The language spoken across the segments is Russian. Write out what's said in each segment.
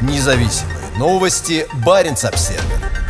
Независимые новости. Баренц-Обсервер.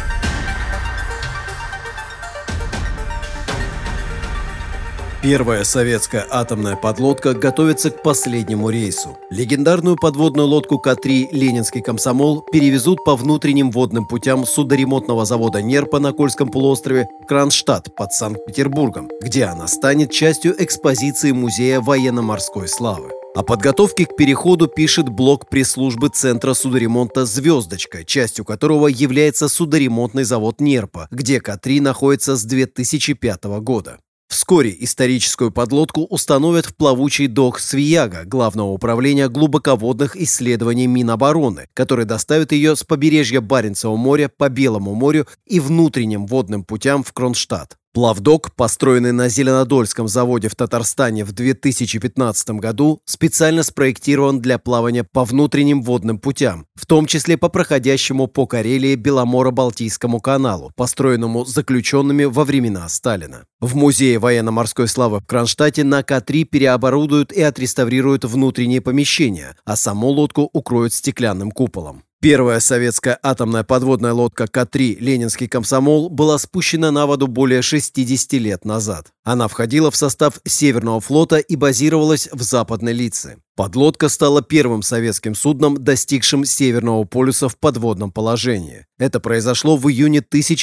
Первая советская атомная подлодка готовится к последнему рейсу. Легендарную подводную лодку К-3 «Ленинский комсомол» перевезут по внутренним водным путям судоремонтного завода «Нерпа» на Кольском полуострове в Кронштадт под Санкт-Петербургом, где она станет частью экспозиции Музея военно-морской славы. О подготовке к переходу пишет блог пресс-службы Центра судоремонта «Звездочка», частью которого является судоремонтный завод «Нерпа», где К-3 находится с 2005 года. Вскоре историческую подлодку установят в плавучий док Свияга Главного управления глубоководных исследований Минобороны, который доставит ее с побережья Баренцева моря по Белому морю и внутренним водным путям в Кронштадт. Плавдок, построенный на Зеленодольском заводе в Татарстане в 2015 году, специально спроектирован для плавания по внутренним водным путям, в том числе по проходящему по Карелии Беломоро-Балтийскому каналу, построенному заключенными во времена Сталина. В Музее военно-морской славы в Кронштадте на К-3 переоборудуют и отреставрируют внутренние помещения, а саму лодку укроют стеклянным куполом. Первая советская атомная подводная лодка К-3 «Ленинский комсомол» была спущена на воду более 60 лет назад. Она входила в состав Северного флота и базировалась в Западной Литце. Подлодка стала первым советским судном, достигшим Северного полюса в подводном положении. Это произошло в июне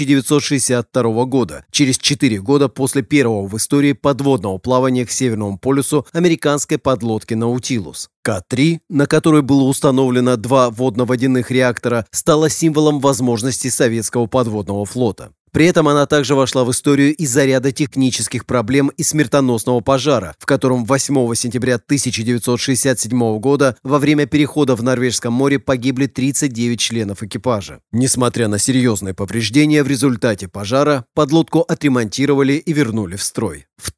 1962 года, через 4 года после первого в истории подводного плавания к Северному полюсу американской подлодки «Наутилус». К-3, на которой было установлено 2 водно-водяных реактора, стала символом возможностей советского подводного флота. При этом она также вошла в историю из-за ряда технических проблем и смертоносного пожара, в котором 8 сентября 1967 года во время перехода в Норвежском море погибли 39 членов экипажа. Несмотря на серьезные повреждения в результате пожара, подлодку отремонтировали и вернули в строй. В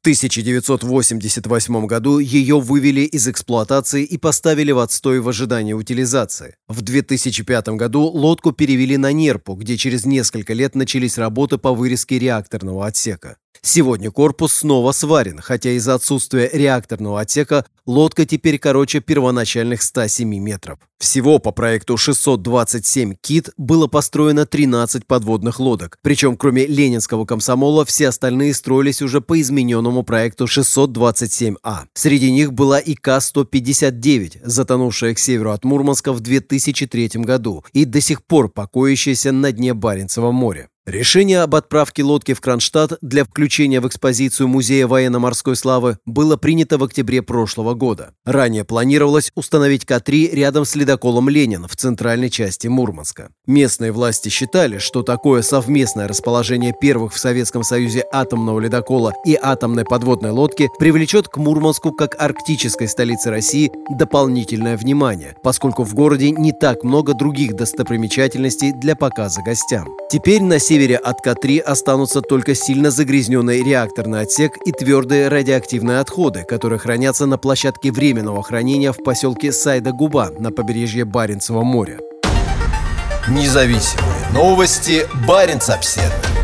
1988 году ее вывели из эксплуатации и поставили в отстой в ожидании утилизации. В 2005 году лодку перевели на Нерпу, где через несколько лет начались работы по вырезке реакторного отсека. Сегодня корпус снова сварен, хотя из-за отсутствия реакторного отсека лодка теперь короче первоначальных 107 метров. Всего по проекту 627 «Кит» было построено 13 подводных лодок, причем кроме Ленинского комсомола все остальные строились уже по измененному проекту 627А. Среди них была и К-159, затонувшая к северу от Мурманска в 2003 году и до сих пор покоящаяся на дне Баренцева моря. Решение об отправке лодки в Кронштадт для включения в экспозицию Музея военно-морской славы было принято в октябре прошлого года. Ранее планировалось установить К-3 рядом с ледоколом «Ленин» в центральной части Мурманска. Местные власти считали, что такое совместное расположение первых в Советском Союзе атомного ледокола и атомной подводной лодки привлечет к Мурманску, как арктической столице России, дополнительное внимание, поскольку в городе не так много других достопримечательностей для показа гостям. Теперь на севере от К-3 останутся только сильно загрязненный реакторный отсек и твердые радиоактивные отходы, которые хранятся на площадке временного хранения в поселке Сайда-Губа на побережье Баренцева моря. Независимые новости. Баренц-Обсервер.